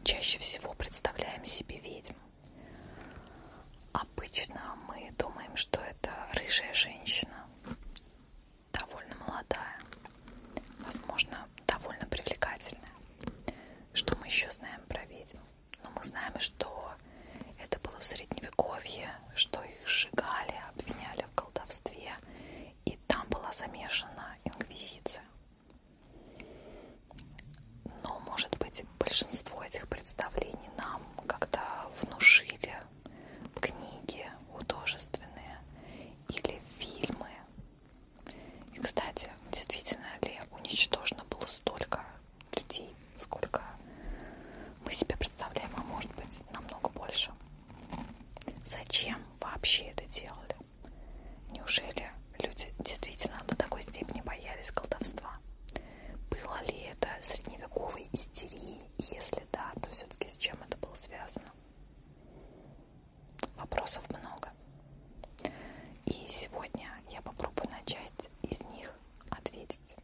чаще всего представляем себе ведьм? Обычно мы думаем, что это рыжая женщина, довольно молодая, возможно, довольно привлекательная. Что мы еще знаем про ведьм? Но мы знаем, что это было в Средневековье, что их сжигали, обвиняли в колдовстве, и там была замешана инквизиция. Но, может быть, большинство этих представлений нам как-то внушили книги художественные или фильмы. И, кстати, действительно ли уничтожено было столько людей, сколько мы себе представляем, а может быть, намного больше? Зачем вообще это делали? Неужели люди действительно до такой степени боялись колдовства? Было ли это средневековой истерией? Если да, то все-таки с чем это было связано? Вопросов много. И сегодня я попробую на часть из них ответить.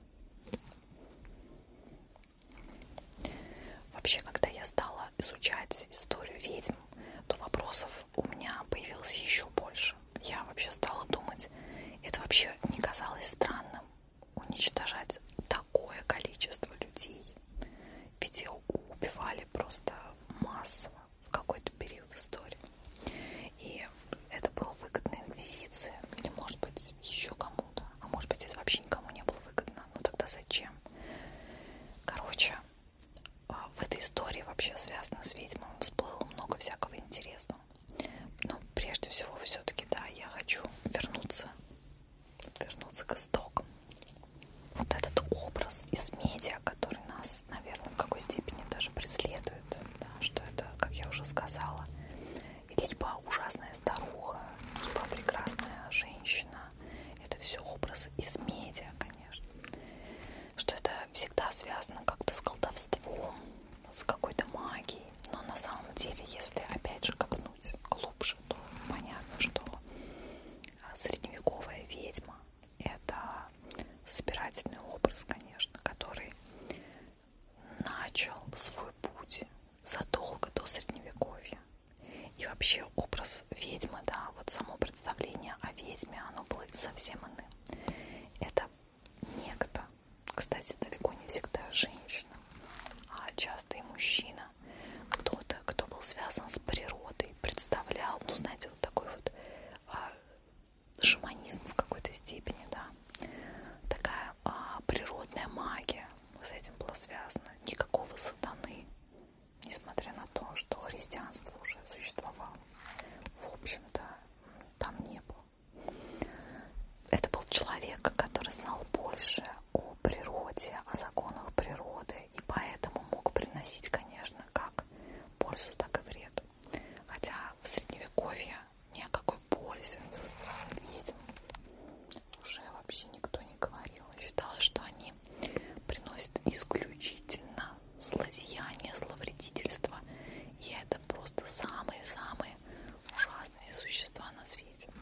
Вообще, когда я стала изучать историю ведьм, то вопросов у меня появилось еще больше. Я вообще стала думать, это вообще не казалось странным уничтожать такое количество людей. Ведь их убивали просто массово в какой-то период истории. И это было выгодно инквизиции, или может быть еще кому-то, а может быть это вообще никому не было выгодно. Ну тогда зачем? Короче, в этой истории вообще связано с ведьмами всплыло много всякого интересного. Но прежде всего все-таки, да, я хочу вернуться к истокам. Вот этот образ из медиа, который нас, наверное, в какой степени даже преследует, да, что это, как я уже сказала, либо ужасная старуха, либо прекрасная женщина. Это все образы из медиа, конечно. Что это всегда связано как-то с колдовством, с какой-то магией. Но на самом деле, если опять же копнуть глубже, то понятно, что средневековая ведьма — это собирательный образ, конечно, который начал свой путь задолго до средневековья. И вообще образ ведьмы, да, вот само представление о ведьме, оно было совсем иным. Это некто, кстати, далеко не всегда женщина, а часто и мужчина, кто-то, кто был связан с природой, представлял, ну, знаете, вот такой вот шаманизм в какой-то степени, да, такая природная магия с этим была связана. Никакого сатаны, несмотря на то, что христианство уже существовало, в общем-то, там не было. Это был человек, который знал больше о природе, о законах природы, и поэтому мог приносить, конечно, как пользу, так и вред. Хотя в средневековье ни о какой пользе со стороны ведьм уже вообще никто не говорил. Считалось, что они приносят исключительно злодеяния, зловредительство, и это просто самые-самые ужасные существа на свете.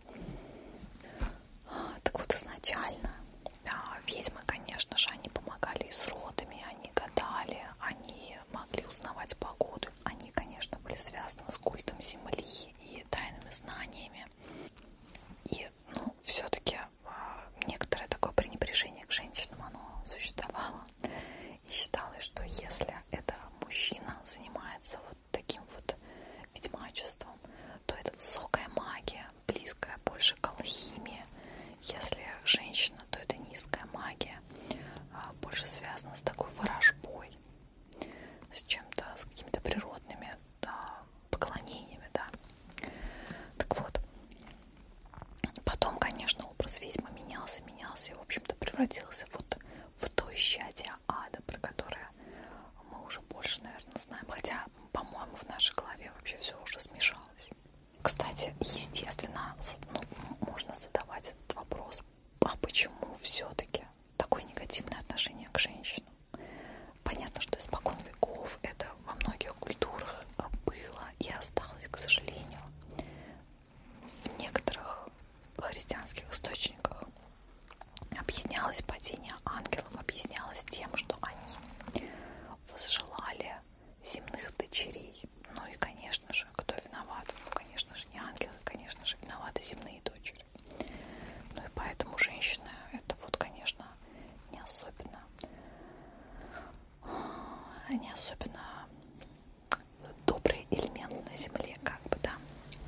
Так вот, изначально ведьмы, конечно же, они помогали и с родами, они гадали, они могли узнавать погоду, они, конечно, были связаны с культом земли и тайными знаниями. И, ну, все-таки некоторое такое пренебрежение к женщинам, оно существовало. И считалось, что если это мужчина занимается вот таким вот ведьмачеством, то это высокая магия, близкая больше к алхимии. Если женщина, то это низкая магия, больше связана с такой ворожбой, с чем-то, с какими-то природными, да, поклонениями, да. Так вот, потом, конечно, образ ведьмы менялся и, в общем-то, превратился вот в то исчадие ада, про которое мы не особенно добрый элемент на Земле, как бы, да.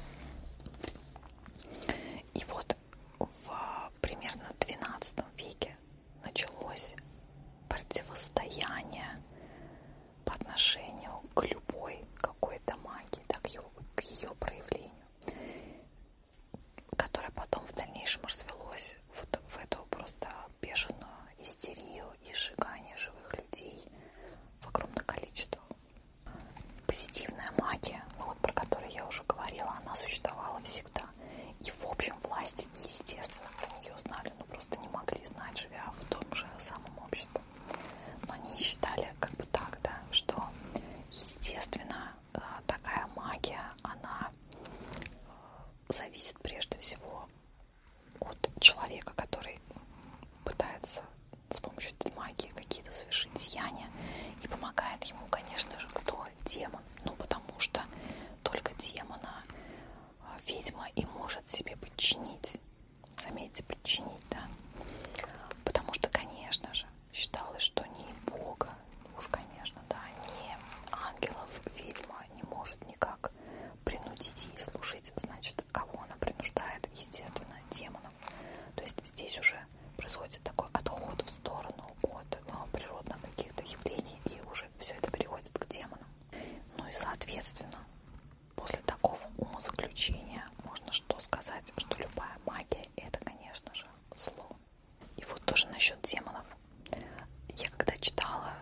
И вот в примерно XII веке началось противостояние по отношению к любой какой-то магии, так, к ее проявлению, которое потом в дальнейшем развелось вот в эту просто бешеную истерию и сжигание живых людей в огромных количествах. Позитивная магия, ну вот про которую я уже говорила, она существовала всегда. И в общем власти, естественно, про нее знали, но просто не могли знать, живя в том же самом обществе. Но они считали как бы так, да, что естественно такая магия, она зависит прежде всего от человека, который пытается с помощью этой магии какие-то совершить деяния, и помогает ему, конечно же, кто? Демон. Ну, потому что только демона ведьма и может себе подчинить. Заметьте, подчинить, да? Потому что, конечно же, считалось, что ни Бога, уж, конечно, да, ни ангелов ведьма не может никак принудить ей служить. Значит, кого она принуждает? Естественно, демонов. То есть здесь уже происходит такой отход в сторону от природных каких-то явлений, и уже все это переходит к демонам. Ну и соответственно, после такого умозаключения можно что сказать, что любая магия это, конечно же, зло. И вот тоже насчет демонов. Я когда читала,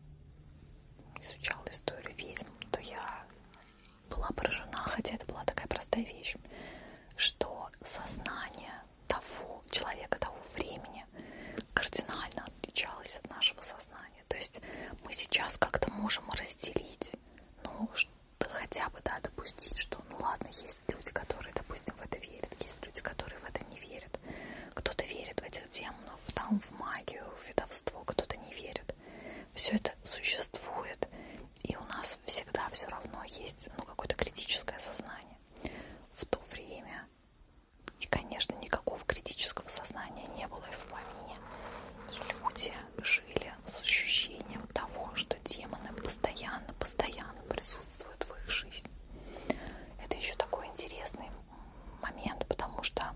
изучала историю ведьм, то я была поражена, хотя это была такая простая вещь, что сознание того человека, того времени кардинально отличалось от нашего сознания. То есть мы сейчас как-то можем разделить, ну, хотя бы, да, допустить, что, ну ладно, есть люди, которые, допустим, в это верят, есть люди, которые в это не верят. Кто-то верит в этих демонов, там, в магию, в ведовство, кто-то не верит. Все это существует, и у нас всегда все равно есть, ну, какое-то критическое сознание. В то время, и, конечно, никакого критического сознания не было и в помине. Люди жили с ощущением того, что демоны постоянно присутствуют в их жизни. Это еще такой интересный момент, потому что,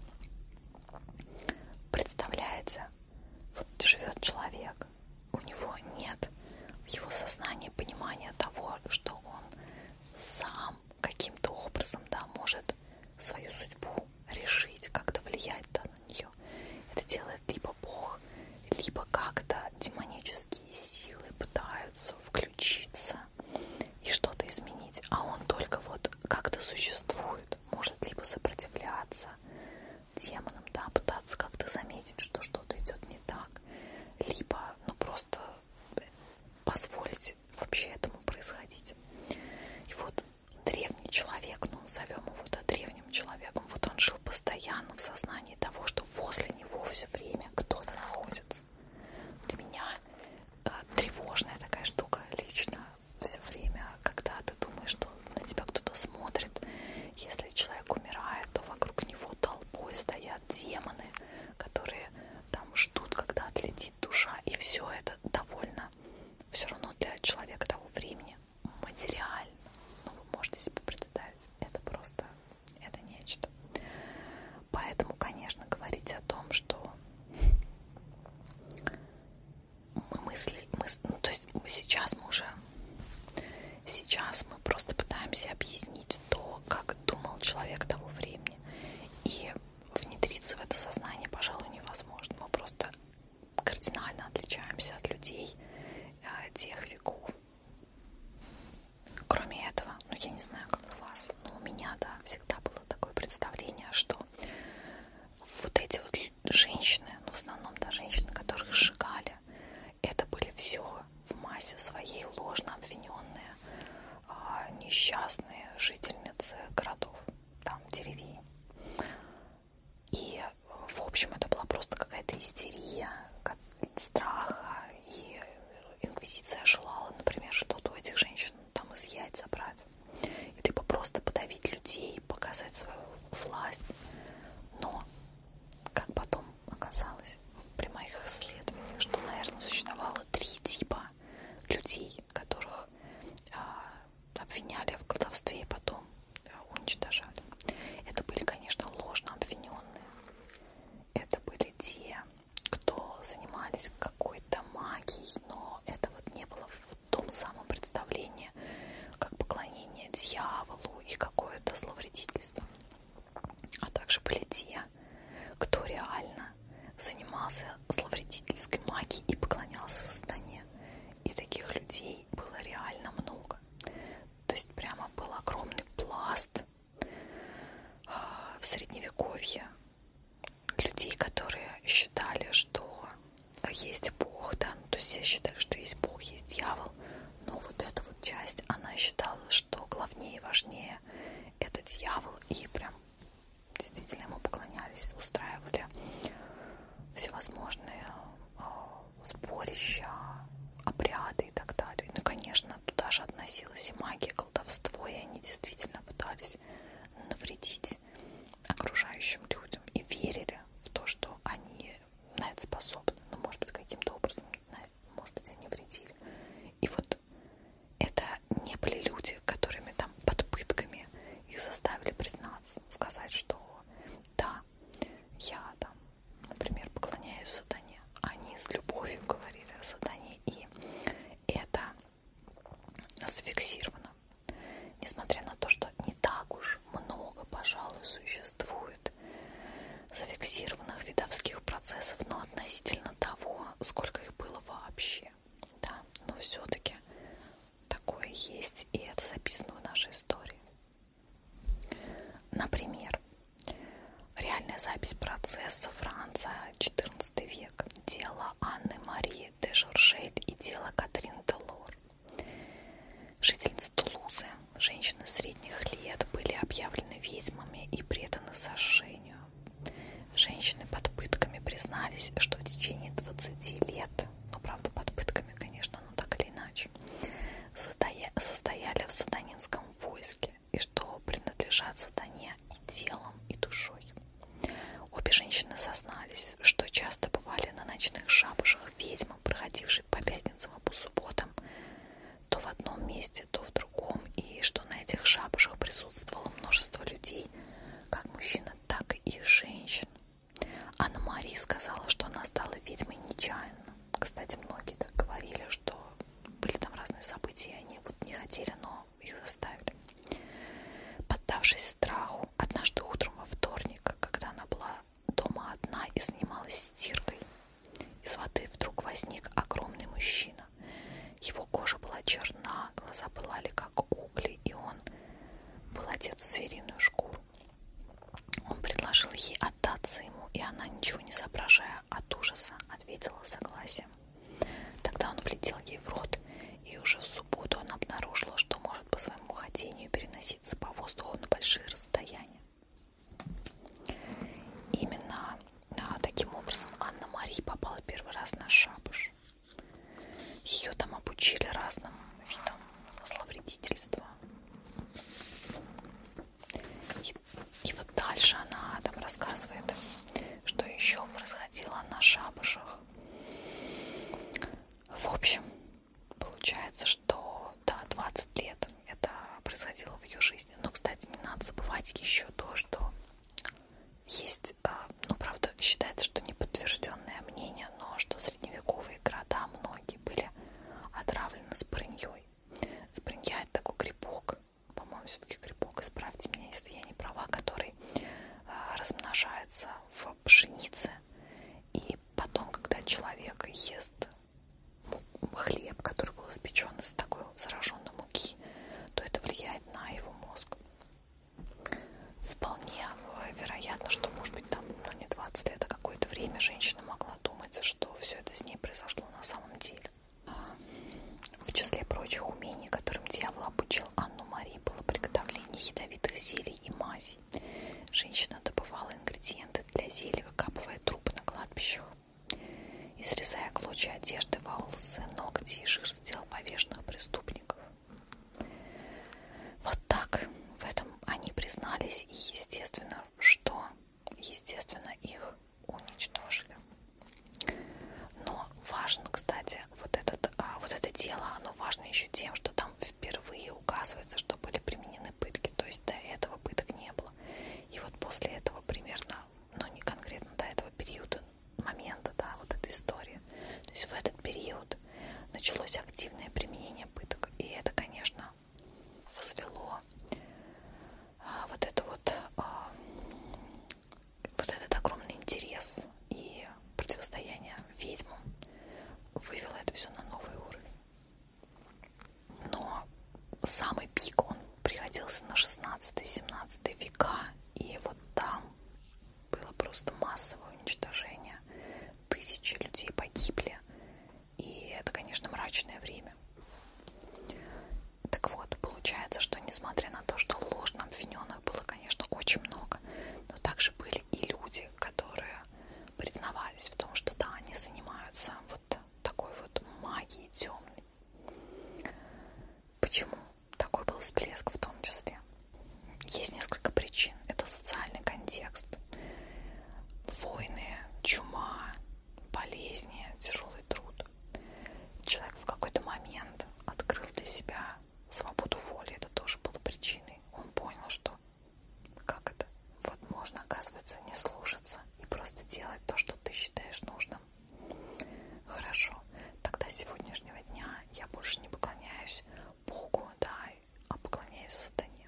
представляете, вот живет человек, у него нет в его сознании понимания того, что он сам каким-то образом, да, может свою судьбу решить, как-то влиять, да, на нее. Это делает либо Бог, либо как-то демонические силы пытаются включиться и что-то изменить, а он только вот как-то существует, может либо сопротивляться демонам, да, пытаться как-то заметить, что что-то идет не так, либо, ну, просто позволить вообще этому происходить. И вот древний человек, ну, назовем его, да, древним человеком, вот он жил постоянно в сознании того, что возле него все время кто-то находится. Для меня тревожная такая штука лично все время, когда ты думаешь, что на тебя кто-то смотрит. Если человек умирает, то вокруг него толпой стоят демоны, которые там ждут, когда отлетит душа. И все это довольно все равно для человека того времени материально. Ну, вы можете себе представить, это просто, это нечто. Поэтому, конечно, говорить о том, что ну, то есть сейчас мы просто пытаемся объяснить то, как думал человек того времени. И внедриться в это сознание, пожалуй, невозможно. Мы просто кардинально отличаемся от людей тех веков. Кроме этого, ну я не знаю, как у вас, но у меня, да, всегда было такое представление, что вот эти вот женщины, ну в основном, да, женщины, которых сжигали, это были все в массе своей ложно обвиненные, несчастные жительницы городов, там, деревень. И, в общем, это была считали, что есть Бог, есть дьявол, но вот эта вот часть, она считала, что главнее и важнее это дьявол, и прям действительно ему поклонялись, устраивали всевозможные сборища, обряды и так далее. Ну, конечно, туда же относилась и магия, колдовство, и они действительно пытались навредить окружающим людям и верили в то, что они на это способны. Ну, может быть, каким-то образом, может быть, они вредили. И вот это не были люди, которыми там под пытками их заставили признаться, сказать, что да, я там, например, поклоняюсь сатане. Они с любовью говорили о сатане, и это зафиксировано. Несмотря на то, что не так уж много, пожалуй, существует зафиксированных видовских процессов, но относительно того, сколько их было вообще, да, но все-таки такое есть, и это записано в нашей истории. Например, реальная запись процесса, Франция, XIV век, дело Анны Марии де Жоржель и дело Катрин де Лор. Жительницы Тулузы, женщины средних лет, были объявлены ведьмами и преданы сожжению. Женщины под пытками признались, что в течение 20 лет, ну правда под пытками, конечно, но так или иначе, состояли в сатанинском войске и что принадлежат сатане и телом, и душой. Обе женщины сознались, что часто бывали на ночных шабашах ведьмы, проходившей по пятницам и по субботам, то в одном месте, то в другом, и что на этих шабашах присутствовало множество людей, как мужчин, так и женщин. Анна Мария сказала, что она стала ведьмой нечаянно. Кстати, многие так говорили, что были там разные события, и они вот не хотели, но их заставили. Поддавшись страху, однажды утром во вторник, когда она была дома одна и занималась стиркой, из воды вдруг возник огромный мужчина. Его кожа была черна, глаза пылали как угли, и он был одет в звериную шкуру. Он предложил ей отдаться ему, и она, ничего не соображая от ужаса, ответила согласием. Тогда он влетел ей в рот, и уже в субботу она обнаружила, что может по своему хотению переноситься по воздуху на большие расстояния. Именно таким образом Анна Мария попала первый раз на шабаш. Ее там обучили разным видам зловредительства. И вот дальше она там рассказывает, что еще происходило на шабашах. В общем, получается, что да, 20 лет это происходило в ее жизни. Но, кстати, не надо забывать еще то, что есть, ну, правда, считается, что неподтвержденное мнение, но что средневековые города многие были отравлены спрыньей. Спрынья — это такой грибок, по-моему, все-таки грибок, исправьте меня, если я не права, который размножается в пшенице, и потом, когда человек ест хлеб, который был испечен из такой зараженной муки, то это влияет на его мозг. Вполне вероятно, что, может быть, там, ну, не 20 лет, а какое-то время женщина могла думать, что все это с ней произошло на самом деле. В числе прочих умений, которым дьявол обучил Анну Марию, было приготовление ядовитых зелий и мазей. Женщина добывала ингредиенты для зелий, выкапывая трупы на кладбищах и срезая клочья одежды, волосы, ногти и шерсть тел повешенных преступников. Вот так в этом они признались, и естественно, их уничтожили. Но важно, кстати, вот это дело, оно важно еще тем, что там впервые указывается, что были применены пытки, то есть до этого пыток не было. И вот после этого примерно, но не конкретно до этого периода, момента, да, вот этой истории, то есть в этот период началось активное применение пыток, и это, конечно, возвело вот этот огромный интерес и противостояние ведьмам вывело это все на новый уровень. Но самый пик, он приходился на 16-17 века, и вот там было просто массовое уничтожение. Тысячи людей погибли, и это, конечно, мрачное время. Так вот, получается, что несмотря на то, что ложно обвиненных было, конечно, очень много, но также были и люди, которые признавались в том, что да, они занимаются вот такой вот магией темной. Почему такой был всплеск в том числе? Есть несколько причин. Это социальный контекст. Войны, чума, болезни, тяжелый труд. Человек в какой-то момент открыл для себя свободу воли. Это тоже было причиной. Он понял, что как это? Вот можно, оказывается, не слушаться и просто делать то, что ты считаешь нужным. Хорошо. Тогда с сегодняшнего дня я больше не поклоняюсь Богу, да, а поклоняюсь сатане.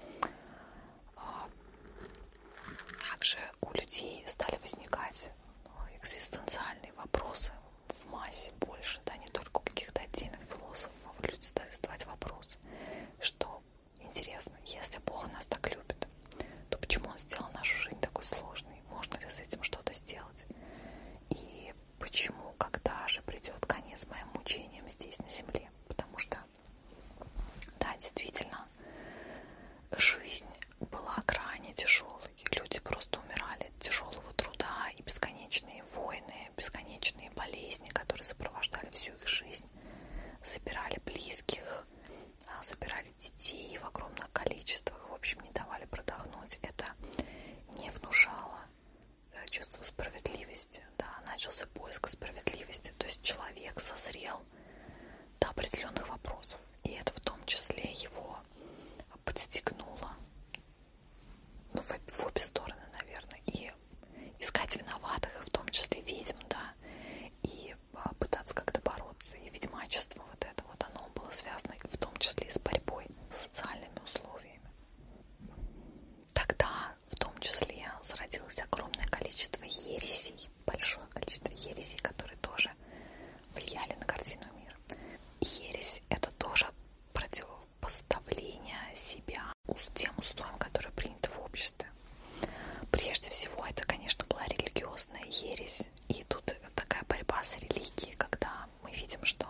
Также у людей стали возникать экзистенциальные вопросы в массе больше, да, не только у каких-то отдельных философов, а люди стали задавать вопрос, что интересно, если Бог нас так любит, то почему Он сделал нашу жизнь такой сложной? Можно ли с этим что-то сделать? И почему, когда же придет конец моим мучениям здесь, на земле? Потому что, да, действительно, жизнь была крайне тяжелой. Люди просто умирали от тяжелого труда и бесконечные войны, бесконечные болезни, которые сопровождали всю их жизнь, забирали близких, забирали детей в огромных количествах, в общем, не давали продохнуть. Это не внушало чувство справедливости, да, начался поиск справедливости, то есть человек созрел до определенных вопросов, и это в том числе его подстегнуло, ну, в обе стороны, наверное, и искать виноватых, в том числе ведьм, да, и пытаться как-то бороться, и ведьмачество вот это вот, оно было связано в том числе и с борьбой с социальными условиями. Тогда в том числе зародилось огромное количество ересей, большое количество ересей, которые тоже влияли на картину мира. Ересь — это тоже противопоставление себя тем устоям, которые приняты в обществе. Прежде всего, это, конечно, была религиозная ересь. И тут такая борьба с религией, когда мы видим, что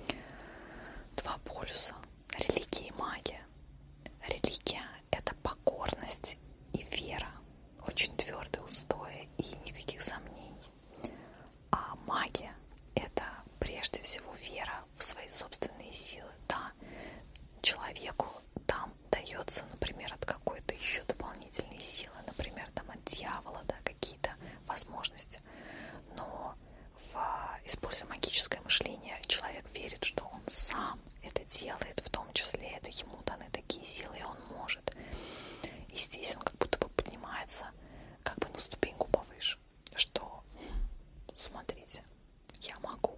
два полюса — религия и магия. Религия — это покорность и вера, очень твердые устои и никаких сомнений. А магия — это прежде всего вера в свои собственные силы. Да, человеку там дается, например, от какой-то еще дополнительной силы, например, там от дьявола, да, какие-то возможности. Но используя магическое мышление, человек верит, что он сам это делает, в том числе это ему даны такие силы, и он может. И здесь он как будто бы поднимается как бы на ступеньку повыше, что смотрите, я могу.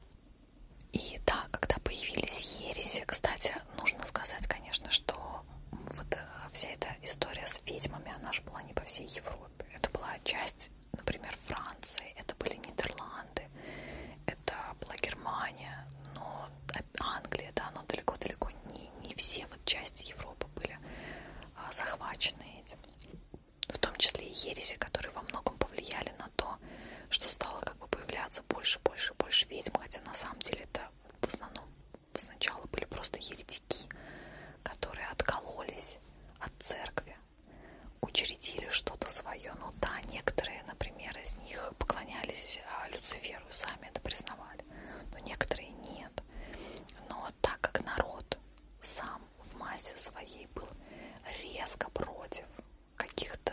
И да, когда появились ереси, кстати, нужно сказать, конечно, что вот вся эта история с ведьмами, она же была не по всей Европе. Это была часть, например, Франции, это были Нидерланды, это была Германия, но Англия, да, но далеко-далеко не все вот части Европы были захвачены этим. В том числе и ереси, которые во многом повлияли на то, что стало как бы появляться больше ведьм, хотя на самом деле это в основном сначала были просто еретики, которые откололись от церкви, учредили что-то свое. Ну да, некоторые, например, из них поклонялись Люциферу и сами это признавали, но некоторые нет. Но так как народ сам в массе своей был резко против каких-то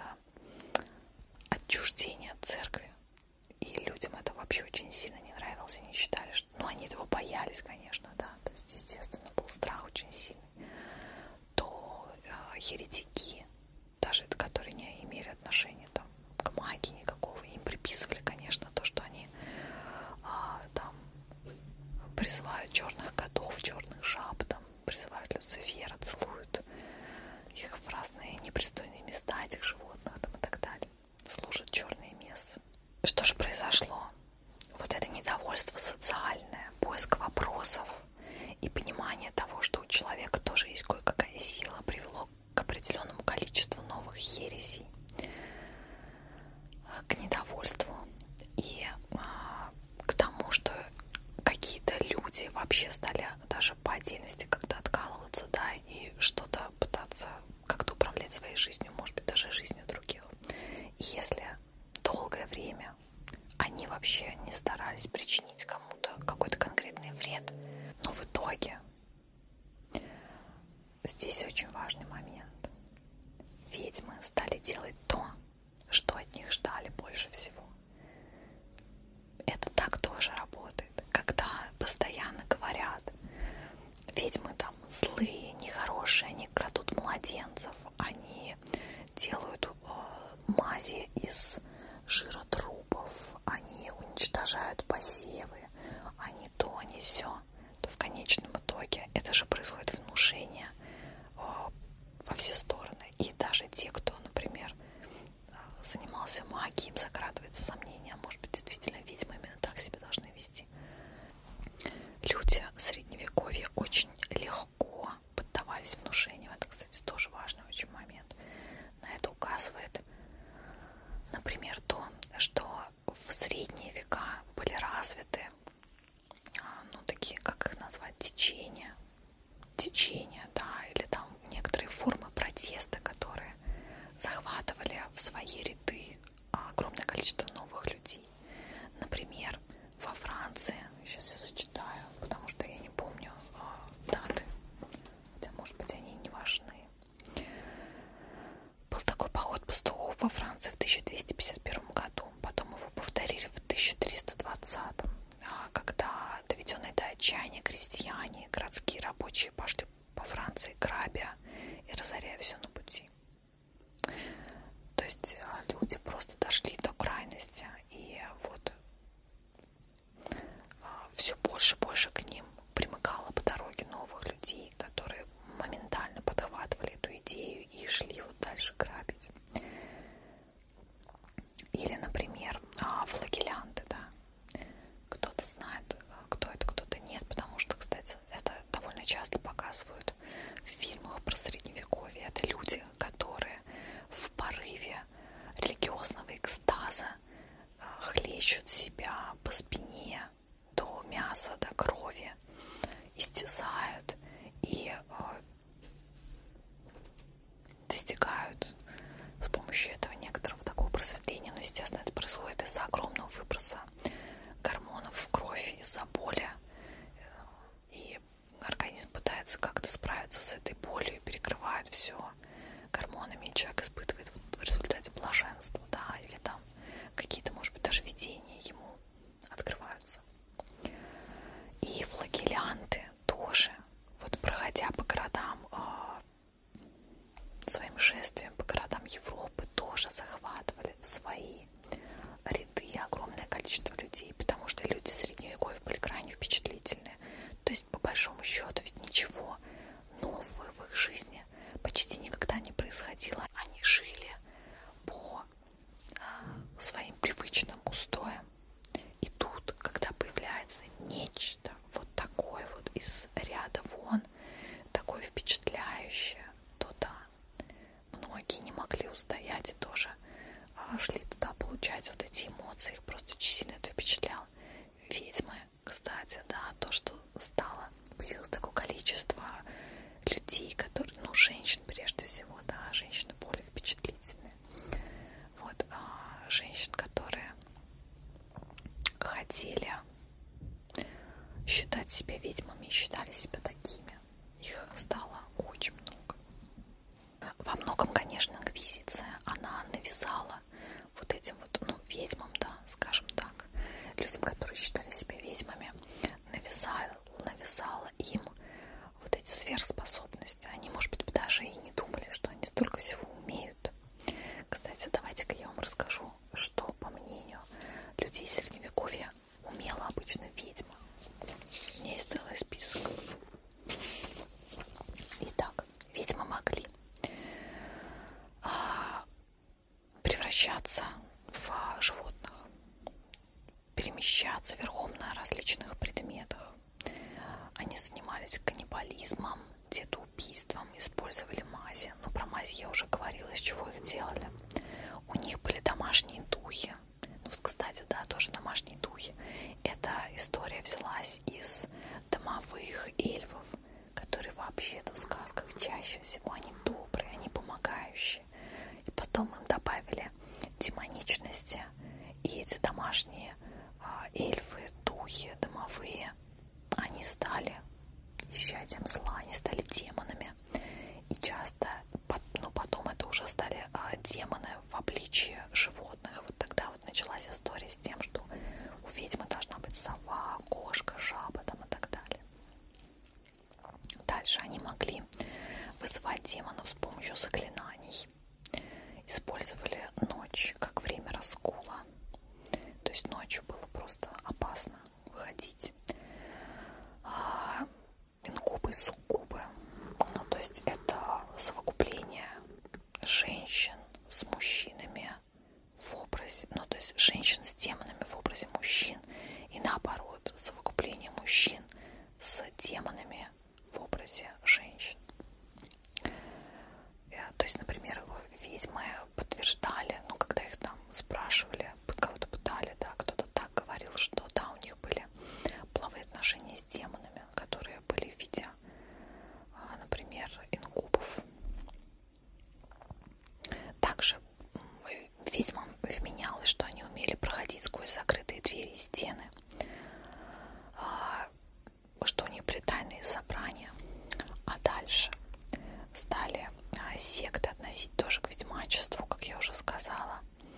отчуждений от церкви, и людям это вообще очень сильно не нравилось, они считали, что, ну, они этого боялись, конечно, да, то есть, естественно, был страх очень сильный, то еретики, даже которые не имели отношения там к магии никакого, им приписывали, конечно, то, что они там призывают черных котов, черных жаб, там призывают Люцифера, целуют их в разные непристойные места, этих животных там и так далее, служат черные мессы. Что же произошло? Вот это недовольство социальное, поиск вопросов и понимание того, что у человека тоже есть кое-какая сила, привело к определенному количеству новых ересей, к недовольству и к тому, что какие-то люди вообще вообще стали даже по отдельности как-то откалываться, да, и что-то пытаться как-то управлять своей жизнью, может быть, даже жизнью других. И если долгое время они вообще не старались причинить кому-то какой-то конкретный вред, но в итоге здесь очень важный момент. Ведьмы стали делать то, что от них ждали больше всего. Это так тоже работает. Когда постоянно говорят, ведьмы там злые, нехорошие, они крадут младенцев, они делают мази из жира трупов, они уничтожают посевы, они то, они сё, то в конечном итоге это же происходит внушение во все стороны. И даже те, кто, например, занимался магией, им закрадывается сомнение, может быть, действительно ведьмы именно так себя должны вести. Люди средневековья очень легко поддавались внушению. Это, кстати, тоже важный очень момент. На это указывает, например, то, что в средние века были развиты, ну, такие, как их назвать, течения, да, или там некоторые формы протеста, которые захватывали в свои ряды огромное количество новых людей. Например, во Франции, сейчас я зачитаю, потому что я не помню даты, хотя, может быть, они не важны. Был такой поход пастухов во Франции в 1251 году, потом его повторили в 1320, когда доведенные до отчаяния крестьяне, городские рабочие пошли по Франции, грабя и разоряя все на пути. То есть люди просто дошли до крайности, и вот все больше и больше к ним примыкало по дороге новых людей, которые моментально подхватывали эту идею и шли вот дальше грабить. Или, например, флагелянты, да. Кто-то знает, кто это, кто-то нет, потому что, кстати, это довольно часто показывают в фильмах про средневековье. Это люди, которые в порыве религиозного экстаза хлещут себя по спине до мяса, до крови, истязают и достигают с помощью этого некоторого такого просветления. Но, естественно, это происходит из-за огромного выброса гормонов в кровь, из-за боли. И организм пытается как-то справиться с этой болью и перекрывает все гормонами. И человек испытывает вот в результате блаженство, да, или там какие-то, может быть, даже видения ему открываются. И флагелянты тоже, вот проходя по городам, своим шествием по городам Европы, тоже захватывали свои ряды огромное количество людей, потому что люди средневековья были крайне впечатлительные. То есть, по большому счету, ведь ничего нового в их жизни почти никогда не происходило. Они жили по своим привычным устоям. И тут, когда появляется нечто вот такое вот из ряда вон, такое впечатляющее, то да, многие не могли устоять и тоже шли туда получать вот эти эмоции. Их просто очень сильно это впечатляло. Ведьмы, кстати, да, то, что появилось такое количество людей, которые, ну, женщин прежде всего, да, женщины более впечатлительные. Вот, женщин, которые хотели считать себя ведьмами и считали себя такими. Их стало очень много. Во многом, конечно, инквизиция, она навязала вот этим вот, ну, ведьмам, да, скажем так, людям, которые считали себя ведьмами, навязала им вот эти сверхспособности. Они, может быть, даже и не думали, что они столько всего умеют. Кстати, давайте-ка я вам расскажу, что, по мнению людей средневековья, умела обычно ведьма. У меня есть целый список. Итак, ведьмы могли превращаться в животных, перемещаться верхом на различных предметах. Они занимались каннибализмом, детоубийством, использовали мази. Но про мази я уже говорила, из чего их делали. У них были домашние духи. Ну вот, кстати, да, тоже домашние духи. Эта история взялась из домовых добрых эльфов, которые вообще-то в сказках чаще всего они добрые, они помогающие. И потом им добавили демоничности, и эти домашние эльфы, духи, домовые, они стали исчадием зла, они стали демонами. И часто, но потом это уже стали демоны в обличии животных. Вот тогда вот началась история с тем, что у ведьмы должна быть сова, кошка, жаба там и так далее. Дальше они могли вызывать демонов с помощью заклинаний. Использовали ночь как время разгула. То есть ночью было просто опасно выходить. Инкубы и суккубы. Ну, то есть это совокупление женщин с мужчинами в образе, ну, то есть женщин с демонами в образе мужчин, и наоборот, совокупление мужчин с демонами в образе женщин. То есть, например, ведьмы подтверждали, ну, когда их там спрашивали, кого-то пытали, да, кто-то так говорил, что да, у них были половые отношения с демонами, которые были в виде, например, инкубов. Также ведьмам вменялось, что они умели проходить сквозь закрытые двери и стены, что у них были тайные собрания. А дальше стали секты относить тоже к ведьмачеству, как я уже сказала.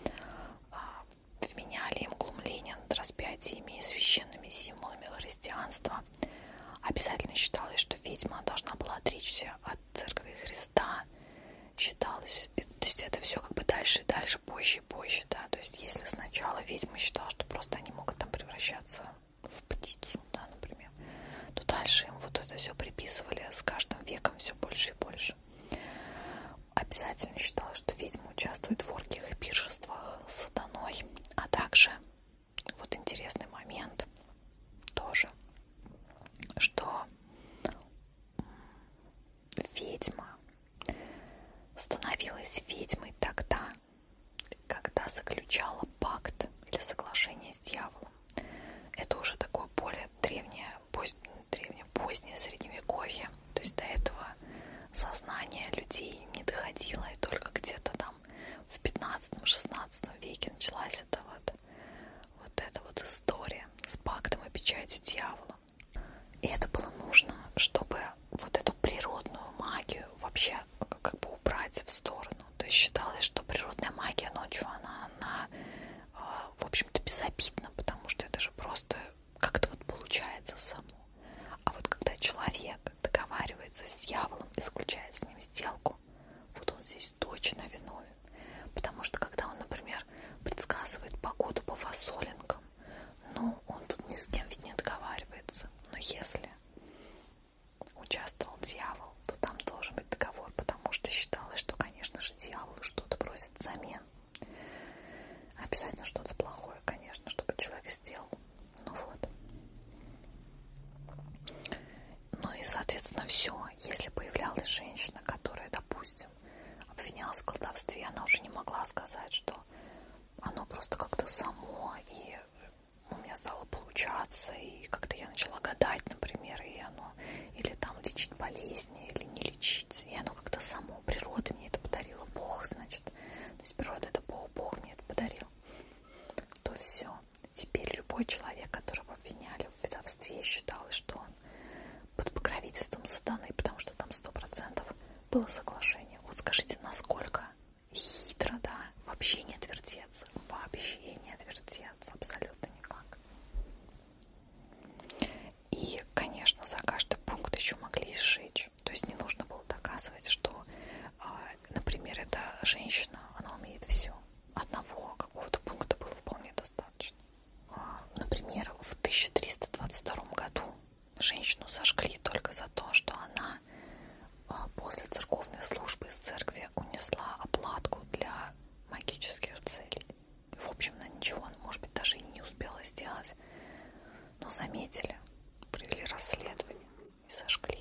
Вменяли им глумление над распятиями и священными символами христианства. Обязательно считалось, что ведьма должна была отречься от церкви Христа. Считалось, то есть это все как бы дальше и дальше, позже и позже, да. То есть если сначала ведьма считала, что просто они могут там превращаться в птицу, да, например, то дальше им вот это все приписывали с каждым веком все больше и больше. Обязательно считалось, что ведьма участвует в оргиях и пиршествах с сатаной. А также, вот интересный момент тоже, что ведьма становилась ведьмой тогда, когда заключала пакт или соглашение с дьяволом. Это уже такое более древнее, позднее средневековье. То есть до этого сознание людей не доходило, и только где-то там в 15-16 веке началась эта вот история с пактом и печатью дьявола. И это было нужно, чтобы вот эту природную магию вообще как бы убрать в сторону. То есть считалось, что природная магия ночью, она в общем-то безобидна, потому что это же просто как-то вот получается само. А вот когда человек договаривается с дьяволом и заключает с ним сделку, вот он здесь точно виновен. Потому что когда он, например, предсказывает погоду по фасолинкам, ну, он тут ни с кем ведь не договаривается. Но если участвовал дьявол, то там должен быть договор, потому что считалось, что, конечно же, дьявол что-то просит взамен. Обязательно что-то плохое, конечно, чтобы человек сделал. Ну вот. Ну и, соответственно, все. Если появлялась женщина, которая, допустим, обвинялась в колдовстве, она уже не могла сказать, что оно просто как-то само, и у меня стало получаться, и как-то я начала гадать, например, и оно, или там лечить болезни, или не лечить, и оно как-то само, природа мне это подарила, Бог, значит, то есть природа это Бог, Бог мне это подарил, то все. Теперь любой человек, которого обвиняли в ведовстве, считалось, что он под покровительством сатаны, потому что там 100% было соглашение. Вот скажите, насколько хитро, да, вообще не отвертеться, абсолютно никак. И, конечно, за каждый пункт еще могли сжечь. То есть не нужно было доказывать, что, например, эта женщина, она умеет все. Одного какого-то пункта было вполне достаточно. Например, в 1322 году женщину сожгли только за то, что она после церковной службы из церкви унесла оплатку для магических целей. В общем, она ничего, может быть, даже и не успела сделать. Но заметили, провели расследование и сожгли.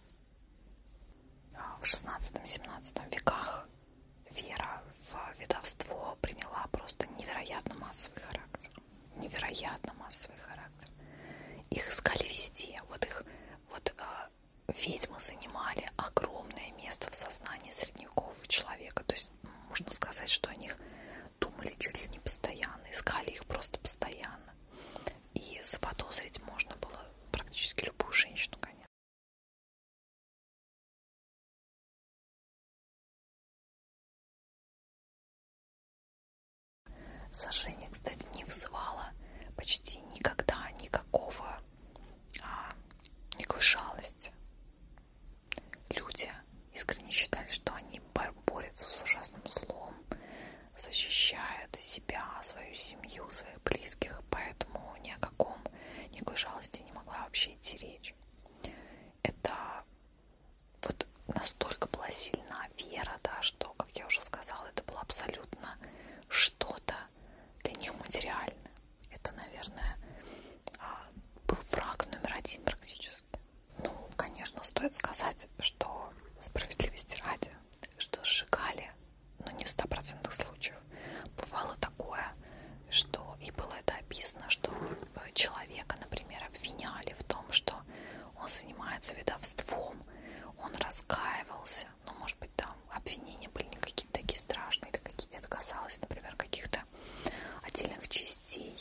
В 16-17 веках вера в ведовство приняла просто невероятно массовый характер. Невероятно массовый характер. Их искали везде. Вот ведьмы занимали огромное место в сознании средневекового человека. То есть можно сказать, что о них думали чуть ли не постоянно, искали их просто постоянно. И заподозрить можно было практически любую женщину, конечно. Сожжение, кстати, не вызывало почти никогда никакой жалости. Люди искренне считали, что они борются с ужасным злом, защищают себя, свою семью, своих близких, поэтому никакой жалости не могла вообще идти речь. Это вот настолько была сильна вера, да, что, как я уже сказала, это было абсолютно что-то для них материальное. Это, наверное, был враг номер один практически. Ну, конечно, стоит сказать, что справедливости ради, что сжигали, но не в 100% случаев. Бывало такое, что, и было это описано, что человека, например, обвиняли в том, что он занимается ведовством, он раскаивался, ну, может быть, там обвинения были не какие-то такие страшные, или это касалось, например, каких-то отдельных частей,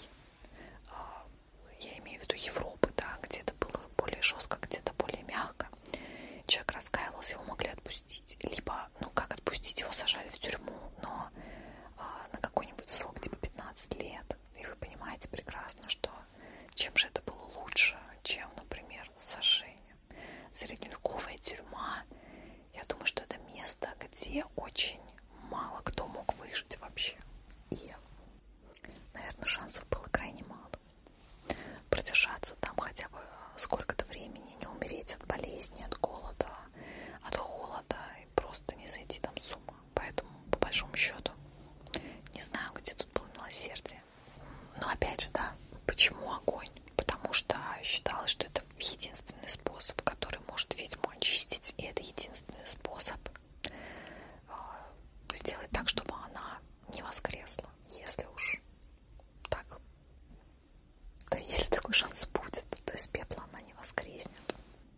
я имею в виду Европы, да, где-то было более жестко, где-то более мягко. Человек раскаивался, его могли отпустить. Либо, ну как отпустить, его сажали в тюрьму, но на какой-нибудь срок, типа 15 лет. И вы понимаете прекрасно, что чем же это было лучше, чем, например, сожжение. Средневековая тюрьма, я думаю, что это место, где очень мало кто мог выжить вообще. И, наверное, шансов было крайне мало продержаться там хотя бы сколько-то времени, не умереть от болезни, от голода, от холода и просто не сойти там с ума. Поэтому, по большому счету, не знаю, где тут было милосердие. Но опять же, да, почему огонь? Потому что считалось, что это единственный способ, который может ведьму очистить, и это единственный способ сделать так, чтобы она не воскресла, если уж так. Да, если такой шанс будет, то из пепла она не воскреснет.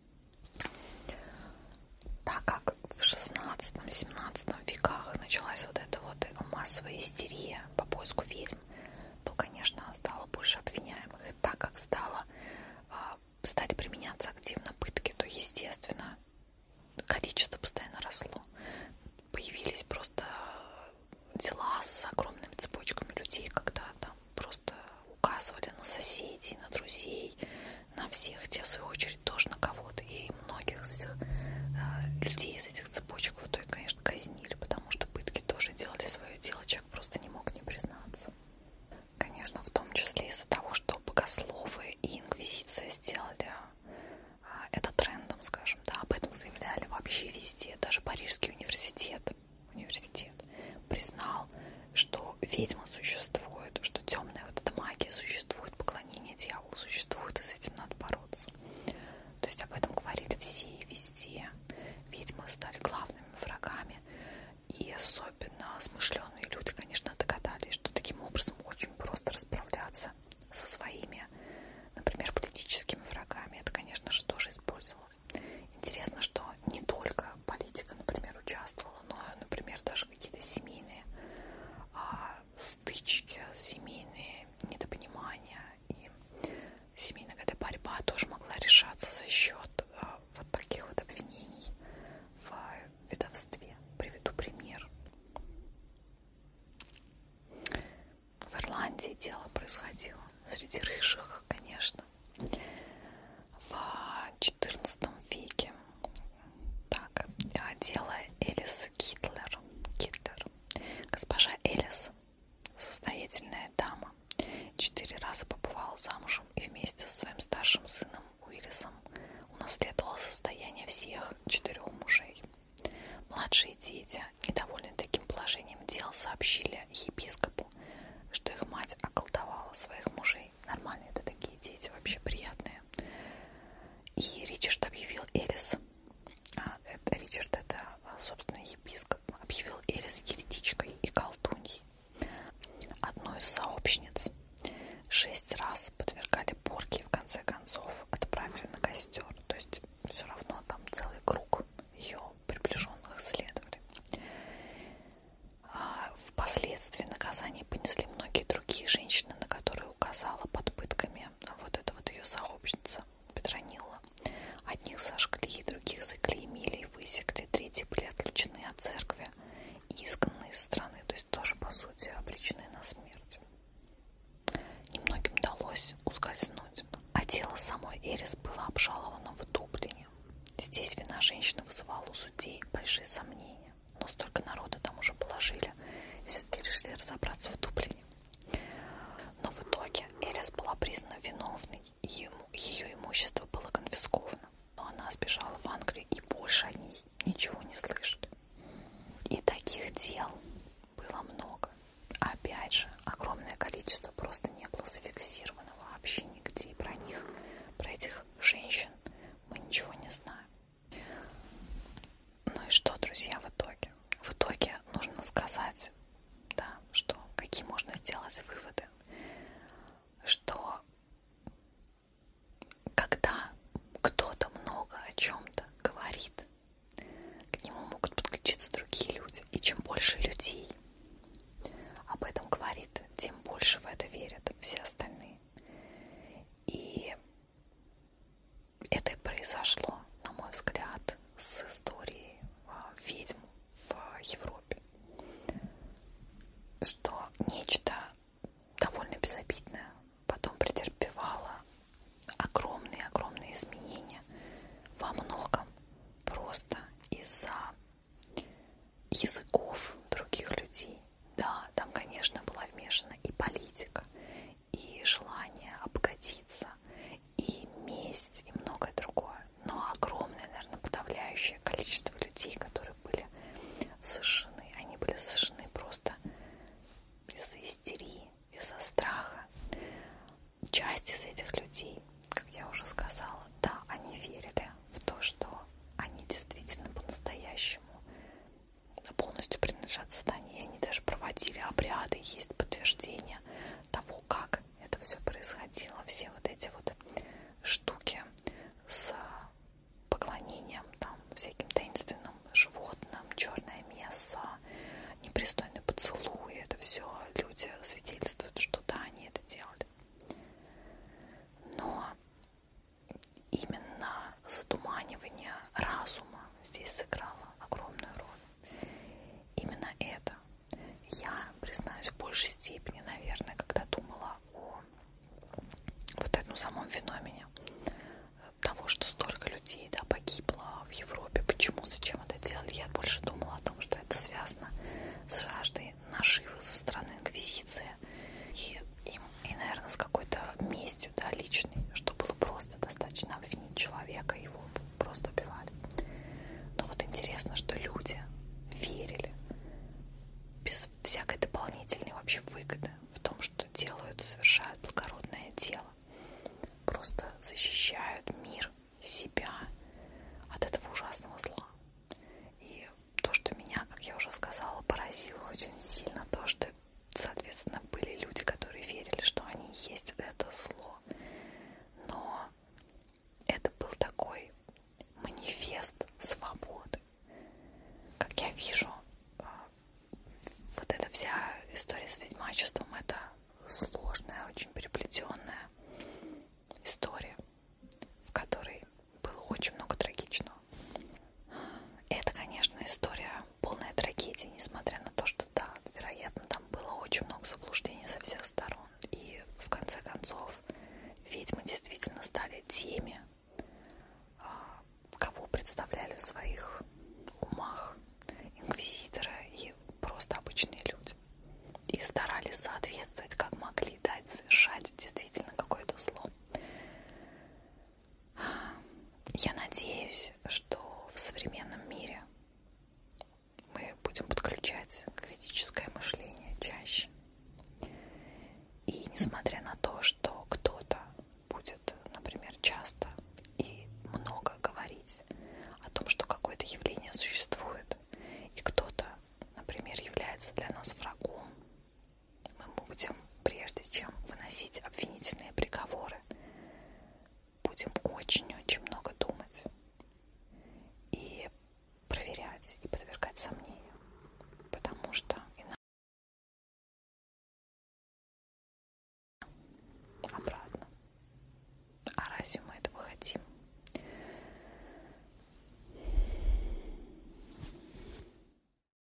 Так как в 16-17 веках началась вот эта вот массовая истерия по поиску ведьм, то, конечно, стало больше обвиняемых. И так как стали применяться активно пытки, то, естественно, количество постоянно росло. Появились просто дела с огромными цепочками людей, когда там просто указывали на соседей, на друзей, на всех, те в свою очередь тоже на кого-то. И многих из этих людей, из этих цепочек в итоге, конечно, казнили, потому что пытки тоже делали свое дело, человек просто не мог не признаться. Конечно, в том числе из-за того, что богословы и инквизиция сделали это трендом, скажем, да, об этом заявляли вообще везде. Даже Парижский университет признал, что ведьма существует, что темная вот эта магия существует, поклонение дьяволу существует, и с этим надо бороться. То есть об этом говорили все и везде. Ведьмы стали главными врагами, и особенно смышленые люди, конечно, догадались, что таким образом очень просто расправляться со своими, например, политическими врагами. Это, конечно же, тоже использовалось. Интересно, что не только политика, например, участвовала, но, например, даже какие-то семейные стычки, семейные недопонимания и семейная какая-то борьба тоже могла решаться за счет вот таких вот обвинений в ведовстве. Приведу пример. В Ирландии дело происходило среди рыжих, конечно, в XIV веке. Так, дело Элис Китлер. Госпожа Элис, состоятельная дама, 4 раза побывала замужем и вместе со своим старшим сыном Уиллисом унаследовала состояние всех 4 мужей. Младшие дети, недовольные таким положением дел, сообщили епископу, что их мать околдовала своих мужей. Нормальные это такие дети, вообще приятные. И Ричард объявил Элис, Ричард это, собственно, епископ, объявил Элис еретичкой и колдуньей. Одну из сообщниц 6 раз подвергали порке и в конце концов отправили на костер. То есть все равно там здесь вина женщины вызывала у судей большие сомнения. Но столько народу там уже положили, и все-таки решили разобраться в Дублине. Но в итоге Элис была признана виновной, и ее имущество было конфисковано. Но она сбежала в Англию, и больше о ней ничего не слышат. И таких дел было много. Опять же, огромное количество просто не было зафиксировано вообще нигде. И про них, про этих женщин мы ничего не знаем. Ну и что, друзья, в итоге? В итоге нужно сказать, да, что какие можно сделать выводы. Что когда кто-то много о чем-то говорит, к нему могут подключиться другие люди. И чем больше людей об этом говорит, тем больше в это верят все остальные. И это и произошло, на мой взгляд, с историей ведьм в Европе. Что нечто довольно безобидное потом претерпевало огромные изменения, во многом просто из-за языков других людей. Да, там, конечно, была вмешана и политика, и желание обогатиться, и месть, и многое другое. Но огромное, наверное, подавляющее количество